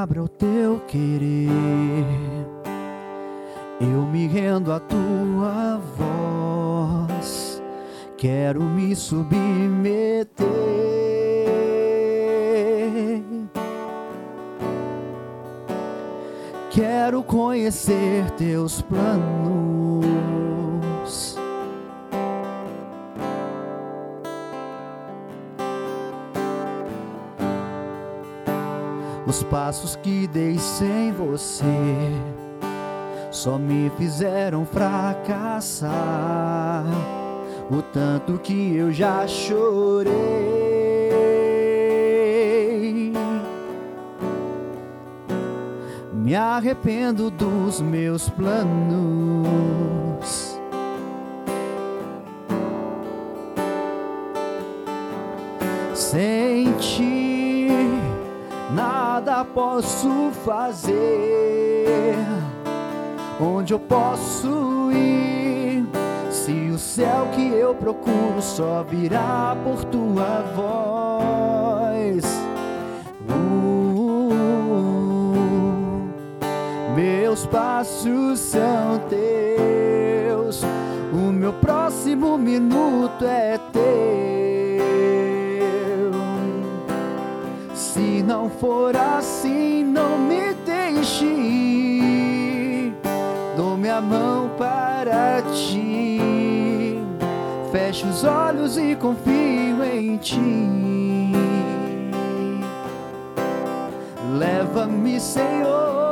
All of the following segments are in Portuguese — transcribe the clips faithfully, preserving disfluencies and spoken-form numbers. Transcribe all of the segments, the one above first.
abra o teu querer, eu me rendo à tua voz, quero me submeter. Quero conhecer teus planos, os passos que dei sem você só me fizeram fracassar, o tanto que eu já chorei. Me arrependo dos meus planos, sem ti nada posso fazer. Onde eu posso ir, se o céu que eu procuro só virá por tua voz? Meus passos são teus, o meu próximo minuto é teu. Se não for assim, não me deixe ir, dou minha mão para ti, fecho os olhos e confio em ti. Leva-me, Senhor,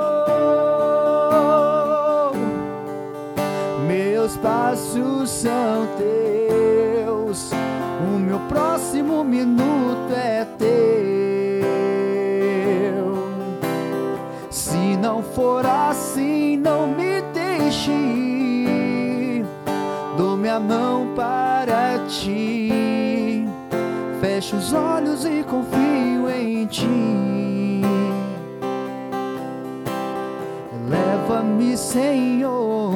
meus passos são teus, o meu próximo minuto é teu. Se não for assim, não me deixe ir, dou minha mão para ti, fecho os olhos e confio em ti. Leva-me, Senhor,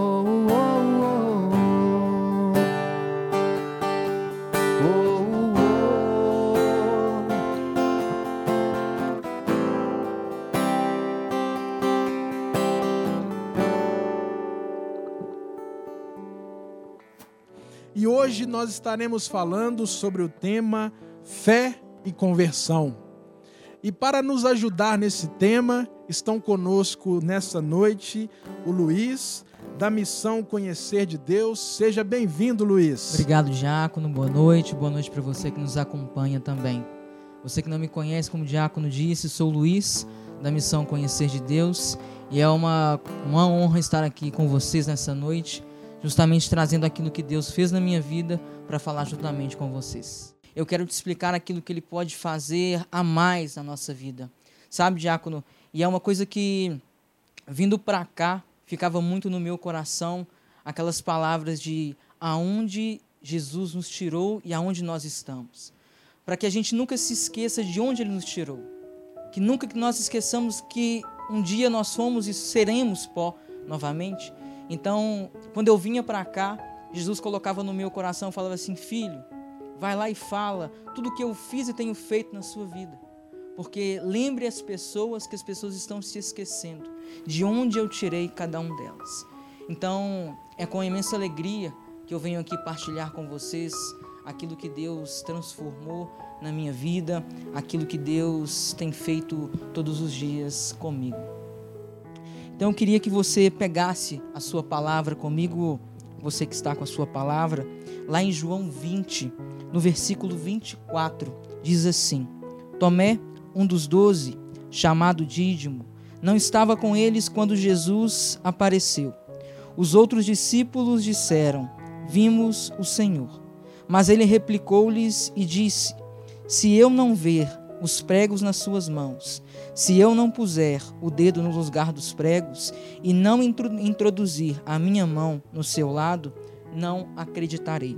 E hoje nós estaremos falando sobre o tema fé e conversão. E para nos ajudar nesse tema, estão conosco nessa noite o Luiz, da Missão Conhecer de Deus. Seja bem-vindo, Luiz. Obrigado, Diácono. Boa noite. Boa noite para você que nos acompanha também. Você que não me conhece, como o Diácono disse, sou o Luiz, da Missão Conhecer de Deus. E é uma, uma honra estar aqui com vocês nessa noite, justamente trazendo aquilo que Deus fez na minha vida para falar juntamente com vocês. Eu quero te explicar aquilo que Ele pode fazer a mais na nossa vida. Sabe, Diácono? E é uma coisa que, vindo para cá, ficava muito no meu coração, aquelas palavras de aonde Jesus nos tirou e aonde nós estamos. Para que a gente nunca se esqueça de onde Ele nos tirou. Que nunca que nós esqueçamos que um dia nós fomos e seremos pó novamente. Então, quando eu vinha para cá, Jesus colocava no meu coração e falava assim: filho, vai lá e fala tudo o que eu fiz e tenho feito na sua vida. Porque lembre as pessoas que as pessoas estão se esquecendo de onde eu tirei cada um delas. Então, é com imensa alegria que eu venho aqui partilhar com vocês aquilo que Deus transformou na minha vida, aquilo que Deus tem feito todos os dias comigo. Então eu queria que você pegasse a sua palavra comigo, você que está com a sua palavra, lá em João vinte, no versículo vinte e quatro, diz assim: Tomé, um dos doze, chamado Dídimo, não estava com eles quando Jesus apareceu. Os outros discípulos disseram: Vimos o Senhor. Mas ele replicou-lhes e disse: Se eu não ver os pregos nas suas mãos, se eu não puser o dedo no lugar dos pregos e não introduzir a minha mão no seu lado, não acreditarei.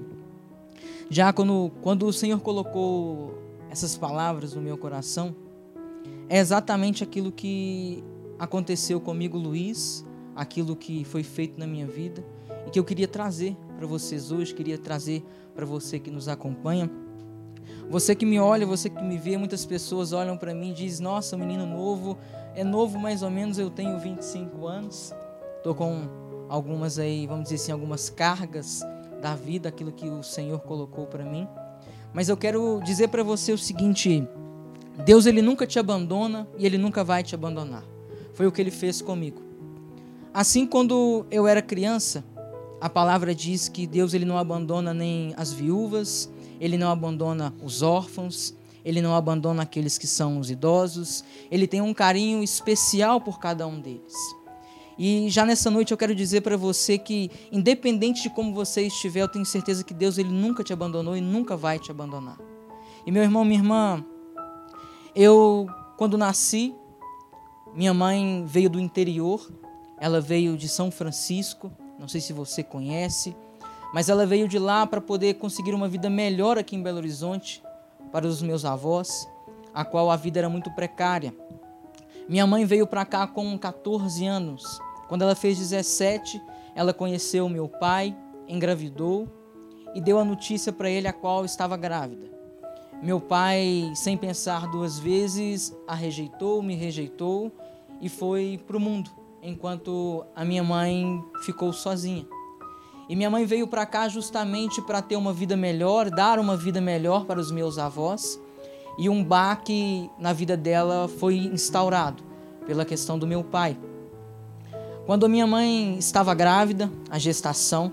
Já quando, quando o Senhor colocou essas palavras no meu coração, é exatamente aquilo que aconteceu comigo, Luiz, aquilo que foi feito na minha vida e que eu queria trazer para vocês hoje, queria trazer para você que nos acompanha. Você que me olha, você que me vê, muitas pessoas olham para mim e dizem, nossa, menino novo, é novo mais ou menos, eu tenho vinte e cinco anos, estou com algumas aí, vamos dizer assim, algumas cargas da vida, aquilo que o Senhor colocou para mim. Mas eu quero dizer para você o seguinte, Deus ele nunca te abandona e Ele nunca vai te abandonar. Foi o que Ele fez comigo. Assim, quando eu era criança, a palavra diz que Deus ele não abandona nem as viúvas, Ele não abandona os órfãos, Ele não abandona aqueles que são os idosos, Ele tem um carinho especial por cada um deles. E já nessa noite eu quero dizer para você que, independente de como você estiver, eu tenho certeza que Deus ele nunca te abandonou e nunca vai te abandonar. E meu irmão, minha irmã, eu, quando nasci, minha mãe veio do interior, ela veio de São Francisco, não sei se você conhece, mas ela veio de lá para poder conseguir uma vida melhor aqui em Belo Horizonte, para os meus avós, a qual a vida era muito precária. Minha mãe veio para cá com catorze anos. Quando ela fez dezessete, ela conheceu meu pai, engravidou e deu a notícia para ele a qual estava grávida. Meu pai, sem pensar duas vezes, a rejeitou, me rejeitou e foi para o mundo, enquanto a minha mãe ficou sozinha. E minha mãe veio para cá justamente para ter uma vida melhor, dar uma vida melhor para os meus avós. E um baque na vida dela foi instaurado pela questão do meu pai. Quando a minha mãe estava grávida, a gestação,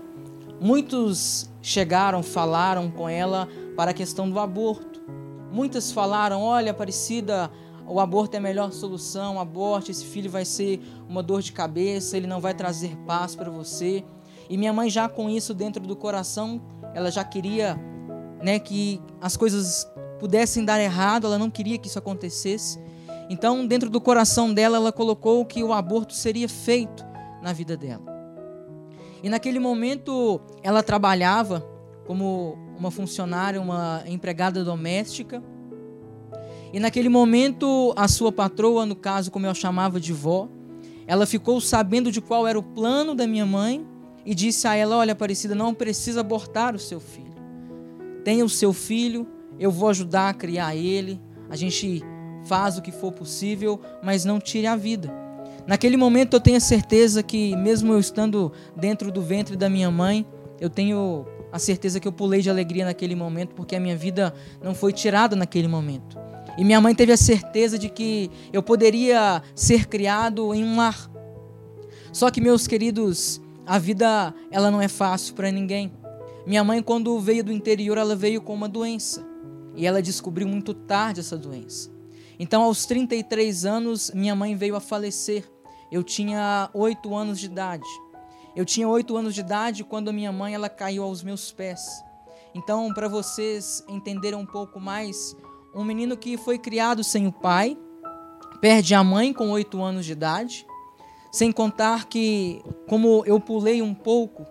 muitos chegaram, falaram com ela para a questão do aborto. Muitas falaram, olha, Aparecida, o aborto é a melhor solução, aborte, esse filho vai ser uma dor de cabeça, ele não vai trazer paz para você. E minha mãe já com isso dentro do coração, ela já queria, né, que as coisas pudessem dar errado, ela não queria que isso acontecesse. Então, dentro do coração dela, ela colocou que o aborto seria feito na vida dela. E naquele momento, ela trabalhava como uma funcionária, uma empregada doméstica. E naquele momento, a sua patroa, no caso, como eu chamava de vó, ela ficou sabendo de qual era o plano da minha mãe e disse a ela, olha, Aparecida, não precisa abortar o seu filho. Tenha o seu filho, eu vou ajudar a criar ele, a gente faz o que for possível, mas não tire a vida. Naquele momento eu tenho a certeza que, mesmo eu estando dentro do ventre da minha mãe, eu tenho a certeza que eu pulei de alegria naquele momento, porque a minha vida não foi tirada naquele momento. E minha mãe teve a certeza de que eu poderia ser criado em um lar. Só que, meus queridos, a vida ela não é fácil para ninguém. Minha mãe, quando veio do interior, ela veio com uma doença. E ela descobriu muito tarde essa doença. Então, aos trinta e três anos, minha mãe veio a falecer. Eu tinha oito anos de idade. Eu tinha oito anos de idade quando a minha mãe ela caiu aos meus pés. Então, para vocês entenderem um pouco mais, um menino que foi criado sem o pai, perde a mãe com oito anos de idade, sem contar que, como eu pulei um pouco,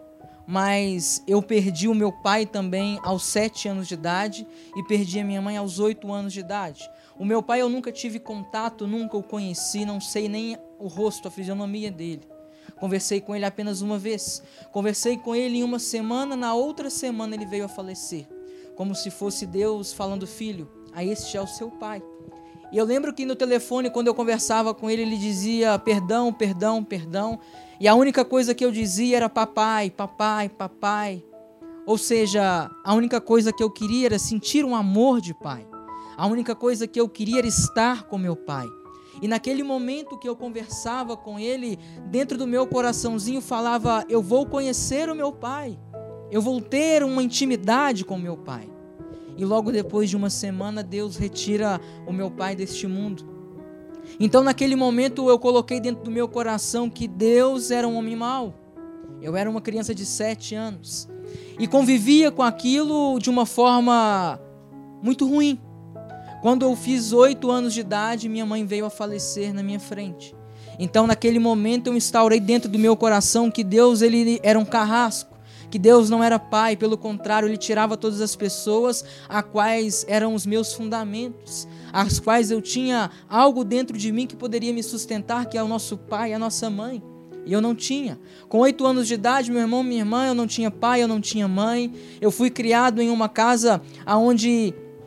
mas eu perdi o meu pai também aos sete anos de idade e perdi a minha mãe aos oito anos de idade. O meu pai eu nunca tive contato, nunca o conheci, não sei nem o rosto, a fisionomia dele. Conversei com ele apenas uma vez. Conversei com ele em uma semana, na outra semana ele veio a falecer. Como se fosse Deus falando, filho, a este é o seu pai. E eu lembro que no telefone, quando eu conversava com ele, ele dizia perdão, perdão, perdão. E a única coisa que eu dizia era papai, papai, papai. Ou seja, a única coisa que eu queria era sentir um amor de pai. A única coisa que eu queria era estar com meu pai. E naquele momento que eu conversava com ele, dentro do meu coraçãozinho falava, eu vou conhecer o meu pai. Eu vou ter uma intimidade com meu pai. E logo depois de uma semana, Deus retira o meu pai deste mundo. Então naquele momento eu coloquei dentro do meu coração que Deus era um homem mau. Eu era uma criança de sete anos. E convivia com aquilo de uma forma muito ruim. Quando eu fiz oito anos de idade, minha mãe veio a falecer na minha frente. Então, naquele momento, eu instaurei dentro do meu coração que Deus ele era um carrasco, que Deus não era pai, pelo contrário, Ele tirava todas as pessoas a quais eram os meus fundamentos, as quais eu tinha algo dentro de mim que poderia me sustentar, que é o nosso pai, a nossa mãe. E eu não tinha. Com oito anos de idade, meu irmão, minha irmã, eu não tinha pai, eu não tinha mãe. Eu fui criado em uma casa onde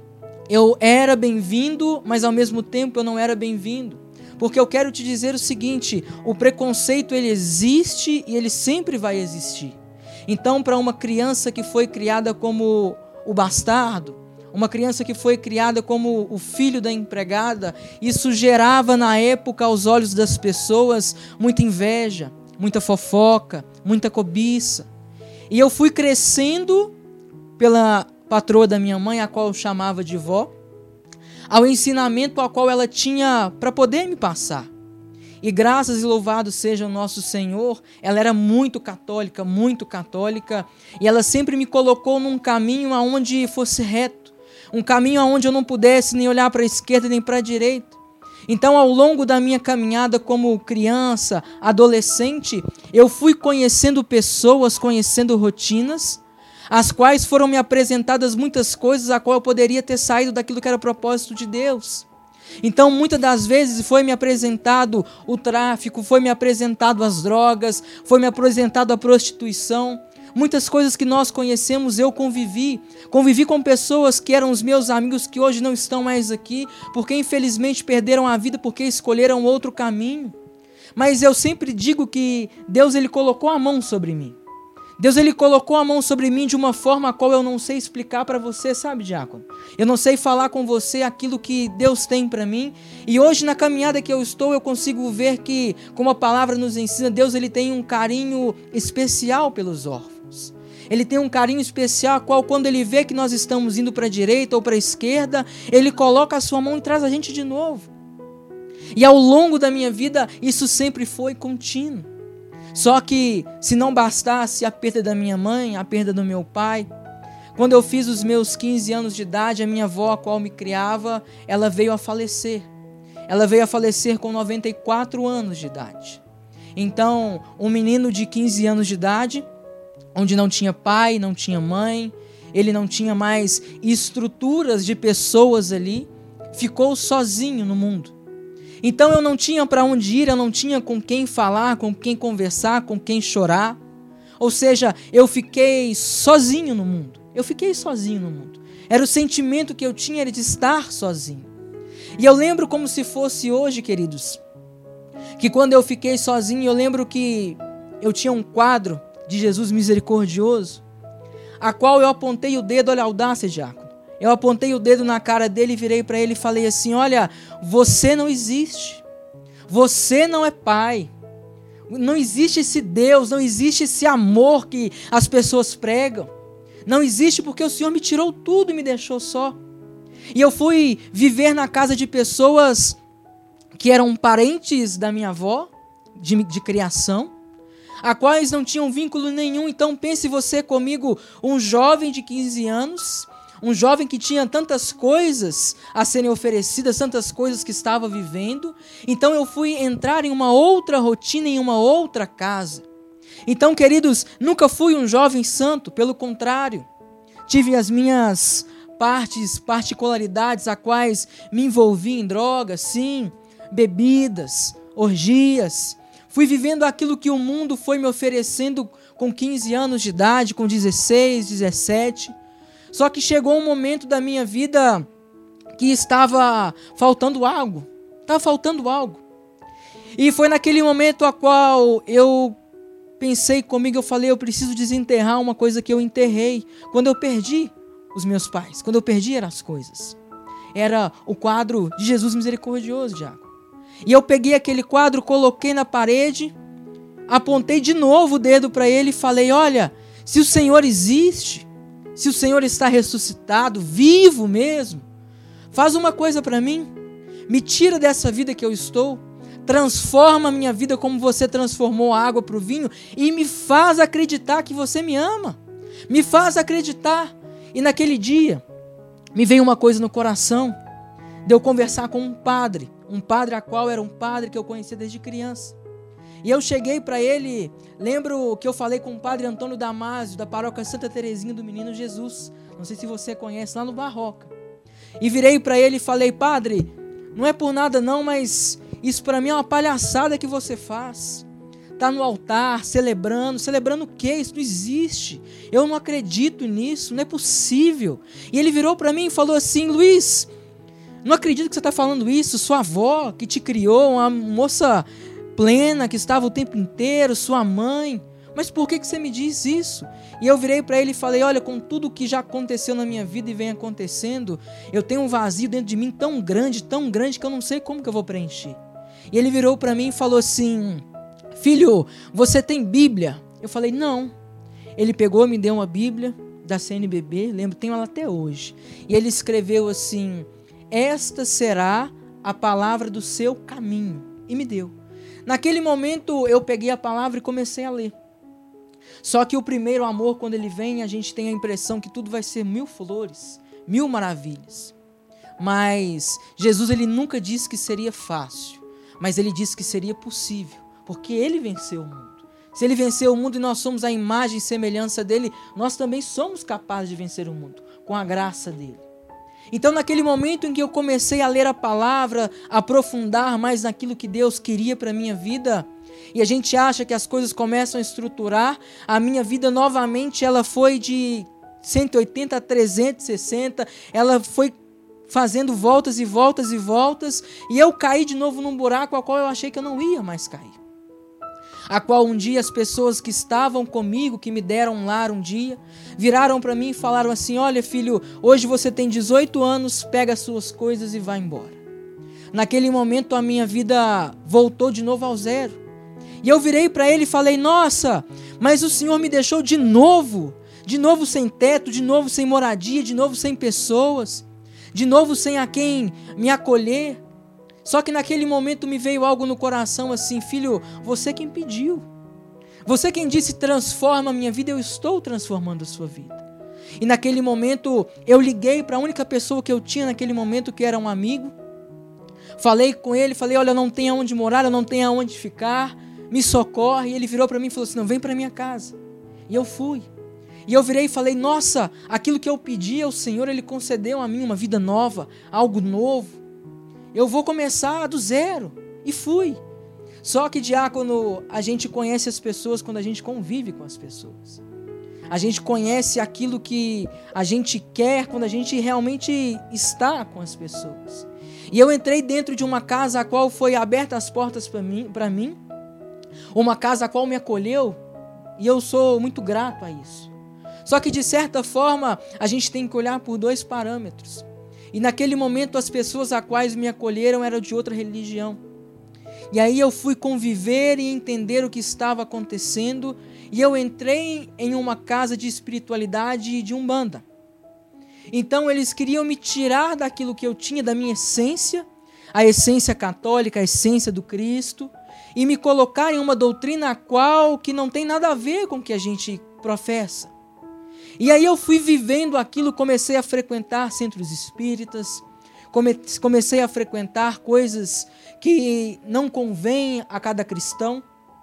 eu era bem-vindo, mas ao mesmo tempo eu não era bem-vindo. Porque eu quero te dizer o seguinte, o preconceito ele existe e ele sempre vai existir. Então, para uma criança que foi criada como o bastardo, uma criança que foi criada como o filho da empregada, isso gerava na época aos olhos das pessoas muita inveja, muita fofoca, muita cobiça. E eu fui crescendo pela patroa da minha mãe, a qual eu chamava de vó, ao ensinamento ao qual ela tinha para poder me passar. E graças e louvado seja o nosso Senhor, ela era muito católica, muito católica, e ela sempre me colocou num caminho aonde fosse reto, um caminho aonde eu não pudesse nem olhar para a esquerda nem para a direita. Então, ao longo da minha caminhada como criança, adolescente, eu fui conhecendo pessoas, conhecendo rotinas, as quais foram me apresentadas muitas coisas a qual eu poderia ter saído daquilo que era o propósito de Deus. Então, muitas das vezes foi me apresentado o tráfico, foi me apresentado as drogas, foi me apresentado a prostituição. Muitas coisas que nós conhecemos eu convivi. Convivi com pessoas que eram os meus amigos que hoje não estão mais aqui, porque infelizmente perderam a vida porque escolheram outro caminho. Mas eu sempre digo que Deus ele colocou a mão sobre mim. Deus ele colocou a mão sobre mim de uma forma a qual eu não sei explicar para você, sabe, diácono? Eu não sei falar com você aquilo que Deus tem para mim. E hoje na caminhada que eu estou, eu consigo ver que, como a palavra nos ensina, Deus ele tem um carinho especial pelos órfãos. Ele tem um carinho especial, a qual quando ele vê que nós estamos indo para a direita ou para a esquerda, ele coloca a sua mão e traz a gente de novo. E ao longo da minha vida, isso sempre foi contínuo. Só que, se não bastasse a perda da minha mãe, a perda do meu pai, quando eu fiz os meus quinze anos de idade, a minha avó, a qual me criava, ela veio a falecer. Ela veio a falecer com noventa e quatro anos de idade. Então, um menino de quinze anos de idade, onde não tinha pai, não tinha mãe, ele não tinha mais estruturas de pessoas ali, ficou sozinho no mundo. Então eu não tinha para onde ir, eu não tinha com quem falar, com quem conversar, com quem chorar. Ou seja, eu fiquei sozinho no mundo. Eu fiquei sozinho no mundo. Era o sentimento que eu tinha, era de estar sozinho. E eu lembro como se fosse hoje, queridos, que quando eu fiquei sozinho, eu lembro que eu tinha um quadro de Jesus misericordioso, a qual eu apontei o dedo, olha a audácia, diácono. Eu apontei o dedo na cara dele e virei para ele e falei assim, olha, você não existe, você não é pai, não existe esse Deus, não existe esse amor que as pessoas pregam, não existe porque o Senhor me tirou tudo e me deixou só. E eu fui viver na casa de pessoas que eram parentes da minha avó, de, de criação, a quais não tinham vínculo nenhum. Então pense você comigo, um jovem de quinze anos, um jovem que tinha tantas coisas a serem oferecidas, tantas coisas que estava vivendo. Então eu fui entrar em uma outra rotina, em uma outra casa. Então, queridos, nunca fui um jovem santo, pelo contrário. Tive as minhas partes, particularidades, a quais me envolvi em drogas, sim, bebidas, orgias. Fui vivendo aquilo que o mundo foi me oferecendo com quinze anos de idade, com dezesseis, dezessete. Só que chegou um momento da minha vida que estava faltando algo. Estava faltando algo. E foi naquele momento a qual eu pensei comigo, eu falei, eu preciso desenterrar uma coisa que eu enterrei. Quando eu perdi os meus pais, quando eu perdi eram as coisas. Era o quadro de Jesus misericordioso, diácono. E eu peguei aquele quadro, coloquei na parede, apontei de novo o dedo para ele e falei, olha, se o Senhor existe, se o Senhor está ressuscitado, vivo mesmo, faz uma coisa para mim, me tira dessa vida que eu estou, transforma a minha vida como você transformou a água para o vinho e me faz acreditar que você me ama, me faz acreditar. E naquele dia, me veio uma coisa no coração, de eu conversar com um padre, um padre a qual era um padre que eu conhecia desde criança. E eu cheguei para ele, lembro que eu falei com o padre Antônio Damásio, da paróquia Santa Terezinha do Menino Jesus, não sei se você conhece, lá no Barroca. E virei para ele e falei, padre, não é por nada não, mas isso para mim é uma palhaçada que você faz. está no altar, celebrando. Celebrando o quê? Isso não existe. Eu não acredito nisso, não é possível. E ele virou para mim e falou assim: Luiz, não acredito que você está falando isso. Sua avó que te criou, uma moça plena que estava o tempo inteiro, sua mãe. Mas por que que você me diz isso? E eu virei para ele e falei: olha, com tudo que já aconteceu na minha vida e vem acontecendo, eu tenho um vazio dentro de mim tão grande, tão grande, que eu não sei como que eu vou preencher. E ele virou para mim e falou assim: filho, você tem Bíblia? Eu falei: não. Ele pegou, me deu uma Bíblia da C N B B, lembro, tenho ela até hoje. E ele escreveu assim: esta será a palavra do seu caminho. E me deu. Naquele momento eu peguei a palavra e comecei a ler. Só que o primeiro amor, quando ele vem, a gente tem a impressão que tudo vai ser mil flores, mil maravilhas. Mas Jesus, ele nunca disse que seria fácil, mas ele disse que seria possível, porque ele venceu o mundo. Se ele venceu o mundo e nós somos a imagem e semelhança dele, nós também somos capazes de vencer o mundo, com a graça dele. Então, naquele momento em que eu comecei a ler a palavra, aprofundar mais naquilo que Deus queria para a minha vida, e a gente acha que as coisas começam a estruturar, a minha vida novamente ela foi de cento e oitenta a trezentos e sessenta, ela foi fazendo voltas e voltas e voltas, e eu caí de novo num buraco ao qual eu achei que eu não ia mais cair. A qual um dia as pessoas que estavam comigo, que me deram um lar um dia, viraram para mim e falaram assim: olha filho, hoje você tem dezoito anos, pega as suas coisas e vai embora. Naquele momento a minha vida voltou de novo ao zero. E eu virei para ele e falei: nossa, mas o Senhor me deixou de novo, de novo sem teto, de novo sem moradia, de novo sem pessoas, de novo sem a quem me acolher. Só que naquele momento me veio algo no coração assim: filho, você quem pediu. Você quem disse transforma a minha vida, eu estou transformando a sua vida. E naquele momento eu liguei para a única pessoa que eu tinha naquele momento, que era um amigo. Falei com ele, falei: olha, eu não tenho aonde morar, eu não tenho aonde ficar, me socorre. E ele virou para mim e falou assim: não, vem para minha casa. E eu fui. E eu virei e falei: nossa, aquilo que eu pedi ao Senhor, Ele concedeu a mim uma vida nova, algo novo. Eu vou começar do zero. E fui. Só que, diácono, a gente conhece as pessoas quando a gente convive com as pessoas. A gente conhece aquilo que a gente quer quando a gente realmente está com as pessoas. E eu entrei dentro de uma casa a qual foi aberta as portas para mim, para mim, uma casa a qual me acolheu, e eu sou muito grato a isso. Só que, de certa forma, a gente tem que olhar por dois parâmetros. E naquele momento as pessoas a quais me acolheram eram de outra religião. E aí eu fui conviver e entender o que estava acontecendo, e eu entrei em uma casa de espiritualidade de Umbanda. Então eles queriam me tirar daquilo que eu tinha, da minha essência, a essência católica, a essência do Cristo, e me colocar em uma doutrina a qual que não tem nada a ver com o que a gente professa. E aí eu fui vivendo aquilo, comecei a frequentar centros espíritas, comecei a frequentar coisas que não convêm a cada cristão.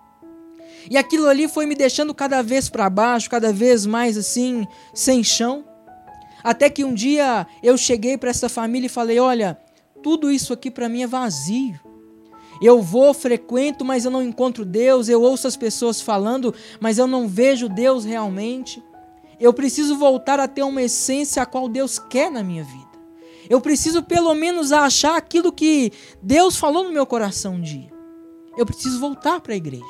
E aquilo ali foi me deixando cada vez para baixo, cada vez mais assim, sem chão. Até que um dia eu cheguei para essa família e falei: olha, tudo isso aqui para mim é vazio. Eu vou, frequento, mas eu não encontro Deus. Eu ouço as pessoas falando, mas eu não vejo Deus realmente. Eu preciso voltar a ter uma essência a qual Deus quer na minha vida. Eu preciso pelo menos achar aquilo que Deus falou no meu coração um dia. Eu preciso voltar para a igreja.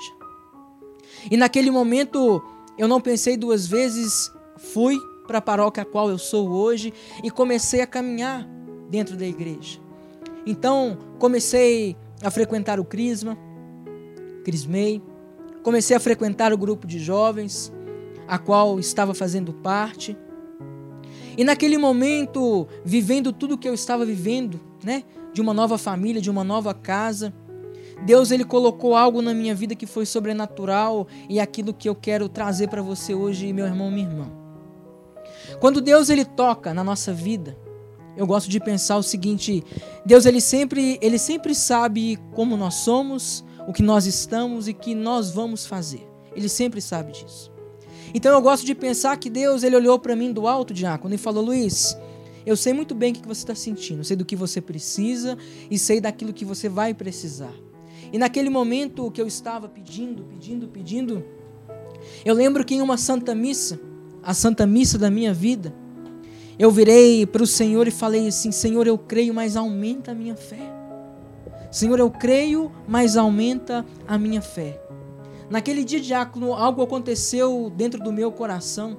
E naquele momento eu não pensei duas vezes, fui para a paróquia a qual eu sou hoje e comecei a caminhar dentro da igreja. Então comecei a frequentar o Crisma, crismei, comecei a frequentar o grupo de jovens, a qual estava fazendo parte. E naquele momento, vivendo tudo que eu estava vivendo, né, de uma nova família, de uma nova casa, Deus ele colocou algo na minha vida que foi sobrenatural, e é aquilo que eu quero trazer para você hoje, meu irmão, minha irmã. Quando Deus ele toca na nossa vida, eu gosto de pensar o seguinte: Deus ele sempre, ele sempre sabe como nós somos, o que nós estamos e o que nós vamos fazer. Ele sempre sabe disso. Então eu gosto de pensar que Deus ele olhou para mim do alto, diácono, e falou: Luiz, eu sei muito bem o que você está sentindo, sei do que você precisa e sei daquilo que você vai precisar. E naquele momento que eu estava pedindo, pedindo, pedindo, eu lembro que em uma Santa Missa, a Santa Missa da minha vida, eu virei para o Senhor e falei assim: Senhor, eu creio, mas aumenta a minha fé. Senhor, eu creio, mas aumenta a minha fé. Naquele dia, diácono, algo aconteceu dentro do meu coração,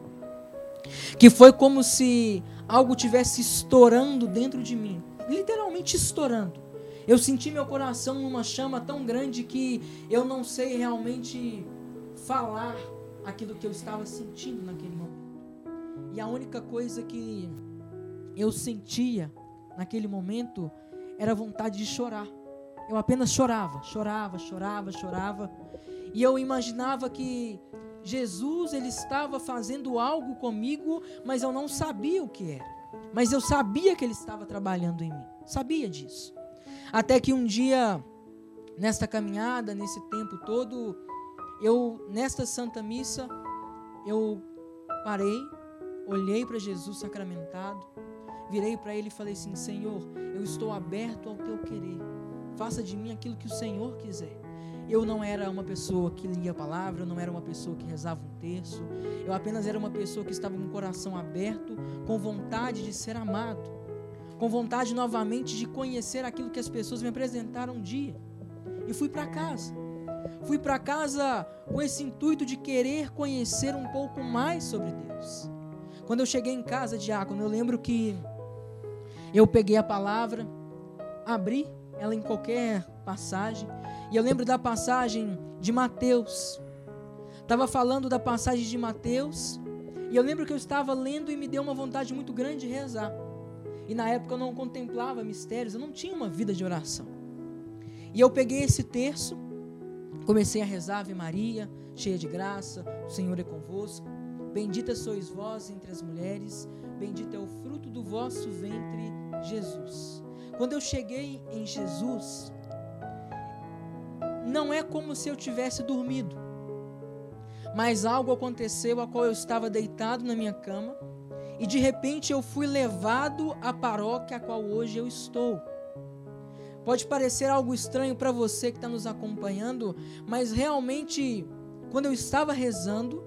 que foi como se algo tivesse estourando dentro de mim, literalmente estourando. Eu senti meu coração numa chama tão grande que eu não sei realmente falar aquilo que eu estava sentindo naquele momento. E a única coisa que eu sentia naquele momento era a vontade de chorar. Eu apenas chorava, chorava, chorava, chorava. E eu imaginava que Jesus, ele estava fazendo algo comigo, mas eu não sabia o que era. Mas eu sabia que ele estava trabalhando em mim. Sabia disso. Até que um dia, nesta caminhada, nesse tempo todo, eu, nesta Santa Missa, eu parei, olhei para Jesus sacramentado, virei para ele e falei assim: Senhor, eu estou aberto ao teu querer. Faça de mim aquilo que o Senhor quiser. Eu não era uma pessoa que lia a palavra, eu não era uma pessoa que rezava um terço, eu apenas era uma pessoa que estava com o coração aberto, com vontade de ser amado, com vontade novamente de conhecer aquilo que as pessoas me apresentaram um dia. E fui para casa. Fui para casa com esse intuito de querer conhecer um pouco mais sobre Deus. Quando eu cheguei em casa, diácono, eu lembro que eu peguei a palavra, abri ela em qualquer passagem, e eu lembro da passagem de Mateus. Estava falando da passagem de Mateus, e eu lembro que eu estava lendo e me deu uma vontade muito grande de rezar. E na época eu não contemplava mistérios, eu não tinha uma vida de oração. E eu peguei esse terço, comecei a rezar: Ave Maria, cheia de graça, o Senhor é convosco. Bendita sois vós entre as mulheres, bendito é o fruto do vosso ventre, Jesus. Quando eu cheguei em Jesus, não é como se eu tivesse dormido, mas algo aconteceu a qual eu estava deitado na minha cama, e de repente eu fui levado à paróquia a qual hoje eu estou. Pode parecer algo estranho para você que está nos acompanhando, mas realmente, quando eu estava rezando,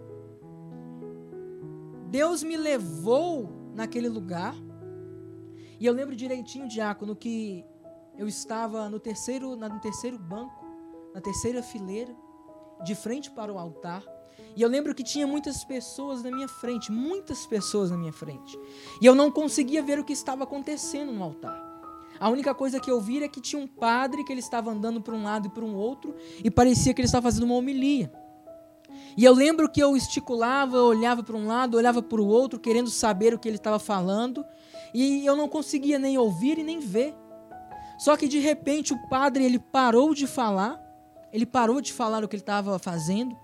Deus me levou naquele lugar. E eu lembro direitinho, diácono, que eu estava no terceiro, no terceiro banco, na terceira fileira, de frente para o altar. E eu lembro que tinha muitas pessoas na minha frente, muitas pessoas na minha frente. E eu não conseguia ver o que estava acontecendo no altar. A única coisa que eu vi é que tinha um padre que ele estava andando para um lado e para um outro, e parecia que ele estava fazendo uma homilia. E eu lembro que eu esticulava, olhava para um lado, olhava para o outro, querendo saber o que ele estava falando, e eu não conseguia nem ouvir e nem ver. Só que de repente o padre, ele parou de falar, ele parou de falar o que ele estava fazendo,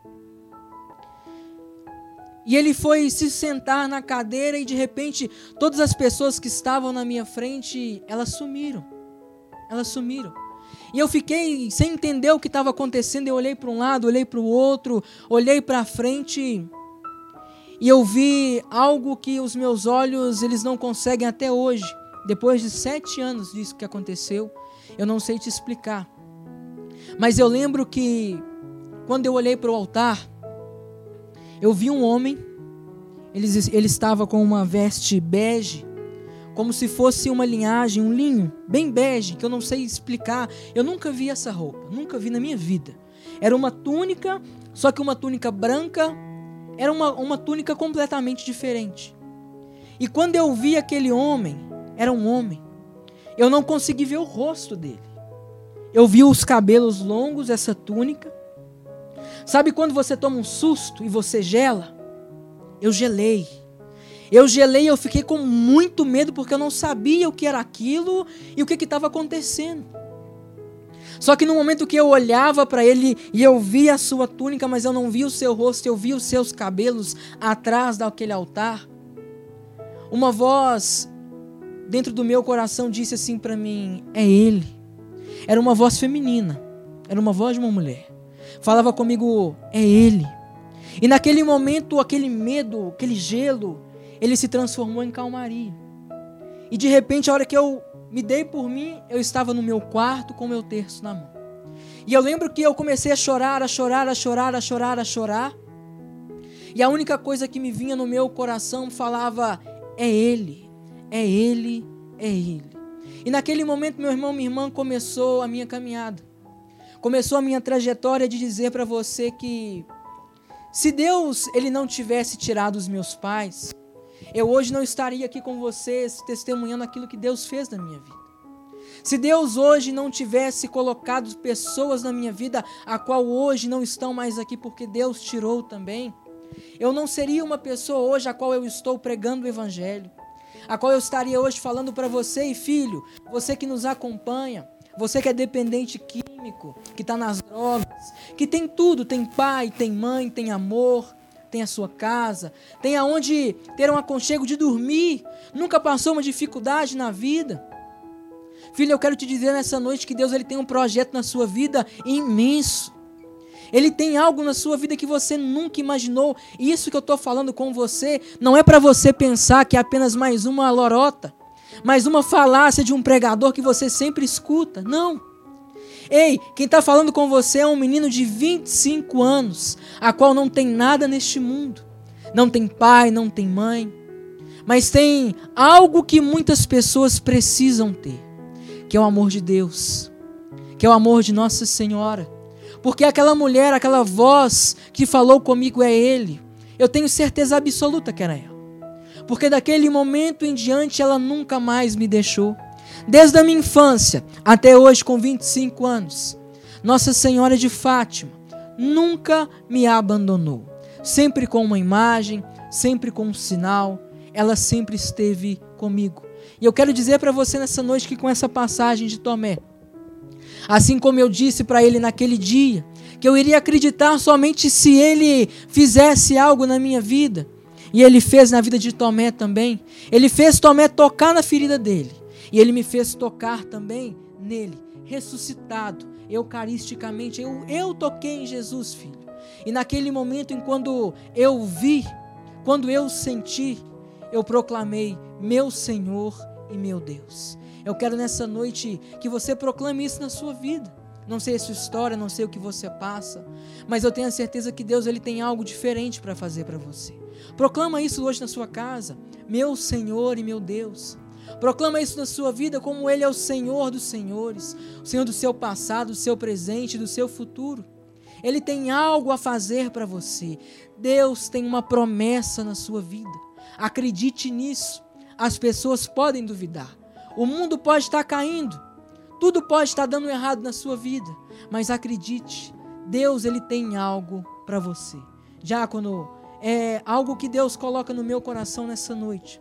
e ele foi se sentar na cadeira, e de repente todas as pessoas que estavam na minha frente, elas sumiram, elas sumiram. E eu fiquei sem entender o que estava acontecendo. Eu olhei para um lado, olhei para o outro, olhei para frente, e eu vi algo que os meus olhos, eles não conseguem até hoje. Depois de sete anos disso que aconteceu, eu não sei te explicar. Mas eu lembro que quando eu olhei para o altar, eu vi um homem, ele, ele estava com uma veste bege, como se fosse uma linhagem, um linho bem bege, que eu não sei explicar. Eu nunca vi essa roupa, nunca vi na minha vida. Era uma túnica, só que uma túnica branca, era uma, uma túnica completamente diferente. E quando eu vi aquele homem, era um homem, eu não consegui ver o rosto dele. Eu vi os cabelos longos, essa túnica. Sabe quando você toma um susto e você gela? Eu gelei. Eu gelei, eu fiquei com muito medo, porque eu não sabia o que era aquilo e o que estava acontecendo. Só que no momento que eu olhava para ele e eu via a sua túnica, mas eu não via o seu rosto, eu via os seus cabelos atrás daquele altar, uma voz dentro do meu coração disse assim para mim: é ele. Era uma voz feminina, era uma voz de uma mulher. Falava comigo: é ele. E naquele momento, aquele medo, aquele gelo, ele se transformou em calmaria. E de repente, a hora que eu me dei por mim, eu estava no meu quarto com o meu terço na mão. E eu lembro que eu comecei a chorar, a chorar, a chorar, a chorar, a chorar. E a única coisa que me vinha no meu coração falava, é Ele, é Ele, é Ele. E naquele momento, meu irmão, minha irmã, começou a minha caminhada. Começou a minha trajetória de dizer para você que se Deus ele não tivesse tirado os meus pais, eu hoje não estaria aqui com vocês testemunhando aquilo que Deus fez na minha vida. Se Deus hoje não tivesse colocado pessoas na minha vida, a qual hoje não estão mais aqui porque Deus tirou também, eu não seria uma pessoa hoje a qual eu estou pregando o Evangelho, a qual eu estaria hoje falando para você e filho, você que nos acompanha, você que é dependente químico, que está nas drogas, que tem tudo, tem pai, tem mãe, tem amor, tem a sua casa, tem aonde ter um aconchego de dormir, nunca passou uma dificuldade na vida. Filho, eu quero te dizer nessa noite que Deus ele tem um projeto na sua vida imenso. Ele tem algo na sua vida que você nunca imaginou. E isso que eu estou falando com você não é para você pensar que é apenas mais uma lorota, mais uma falácia de um pregador que você sempre escuta. Não. Ei, quem está falando com você é um menino de vinte e cinco anos, a qual não tem nada neste mundo. Não tem pai, não tem mãe, mas tem algo que muitas pessoas precisam ter, que é o amor de Deus, que é o amor de Nossa Senhora. Porque aquela mulher, aquela voz que falou comigo é Ele. Eu tenho certeza absoluta que era ela. Porque daquele momento em diante ela nunca mais me deixou. Desde a minha infância até hoje com vinte e cinco anos, Nossa Senhora de Fátima nunca me abandonou. Sempre com uma imagem, sempre com um sinal, ela sempre esteve comigo. E eu quero dizer para você nessa noite que com essa passagem de Tomé, assim como eu disse para ele naquele dia, que eu iria acreditar somente se ele fizesse algo na minha vida. E ele fez na vida de Tomé também. Ele fez Tomé tocar na ferida dele. E ele me fez tocar também nele, ressuscitado, eucaristicamente. Eu, eu toquei em Jesus, filho. E naquele momento, quando eu vi, quando eu senti, eu proclamei, meu Senhor e meu Deus. Eu quero nessa noite que você proclame isso na sua vida. Não sei a sua história, não sei o que você passa, mas eu tenho a certeza que Deus ele tem algo diferente para fazer para você. Proclama isso hoje na sua casa, meu Senhor e meu Deus. Proclama isso na sua vida como Ele é o Senhor dos senhores, o Senhor do seu passado, do seu presente, do seu futuro. Ele tem algo a fazer para você. Deus tem uma promessa na sua vida. Acredite nisso. As pessoas podem duvidar. O mundo pode estar caindo. Tudo pode estar dando errado na sua vida. Mas acredite, Deus ele tem algo para você. Diácono, é algo que Deus coloca no meu coração nessa noite.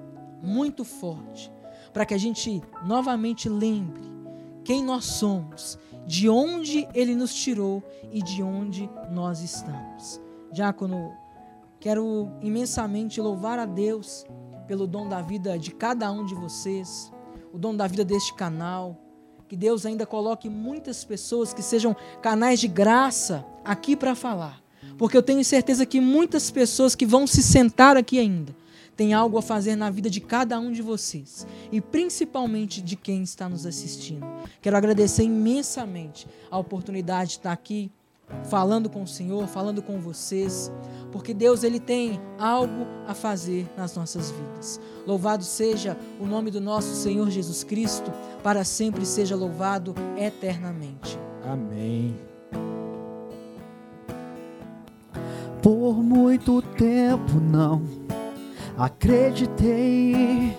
Muito forte. Para que a gente novamente lembre quem nós somos, de onde Ele nos tirou e de onde nós estamos. Diácono, quero imensamente louvar a Deus pelo dom da vida de cada um de vocês, o dom da vida deste canal, que Deus ainda coloque muitas pessoas que sejam canais de graça aqui para falar, porque eu tenho certeza que muitas pessoas que vão se sentar aqui ainda, tem algo a fazer na vida de cada um de vocês e principalmente de quem está nos assistindo. Quero agradecer imensamente a oportunidade de estar aqui falando com o Senhor, falando com vocês, porque Deus ele tem algo a fazer nas nossas vidas. Louvado seja o nome do nosso Senhor Jesus Cristo, para sempre seja louvado eternamente. Amém. Por muito tempo não acreditei,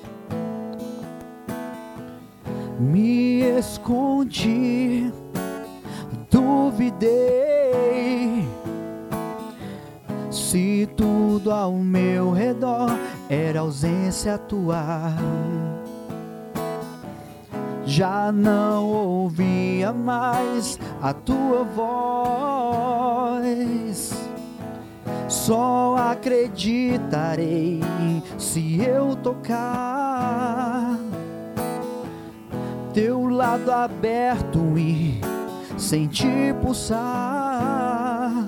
me escondi, duvidei. Se tudo ao meu redor era ausência tua, já não ouvia mais a tua voz. Só acreditarei se eu tocar teu lado aberto e sentir pulsar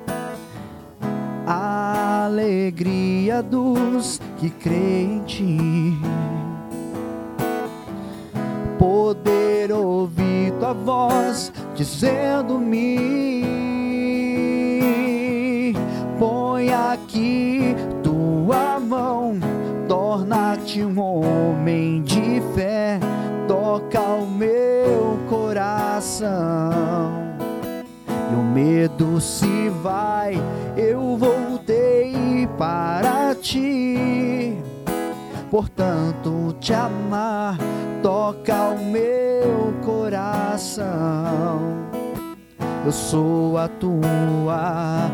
a alegria dos que creem em ti. Poder ouvir tua voz dizendo-me: põe aqui tua mão, torna-te um homem de fé, toca o meu coração. E o medo se vai, eu voltei para ti. Portanto, te amar toca o meu coração. Eu sou a tua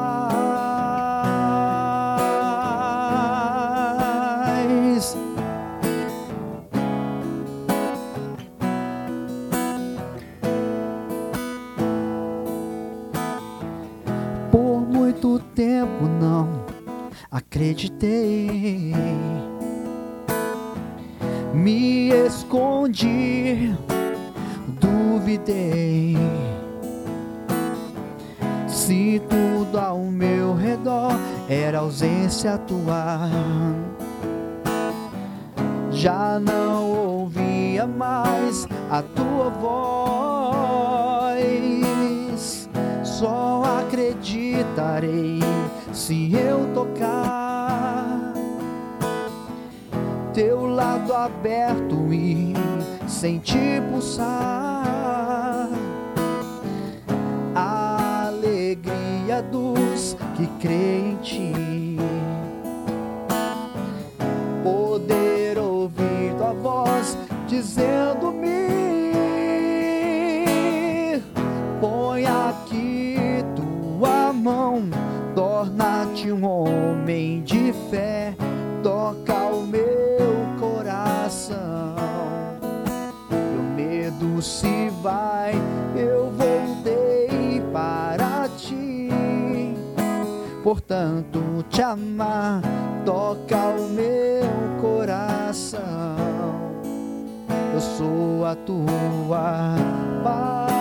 paz. Por muito tempo não acreditei, me escondi, duvidei. Se tudo ao meu redor era ausência tua, já não ouvia mais a tua voz. Só acreditarei se eu tocar teu lado aberto e sentir pulsar a alegria dos que creem em ti. Poder ouvir tua voz dizendo-me: põe aqui tua mão, torna-te um homem de fé, toca o meu coração. Meu medo se vai, eu voltei para ti. Portanto, te amar toca o meu coração. Eu sou a tua paz.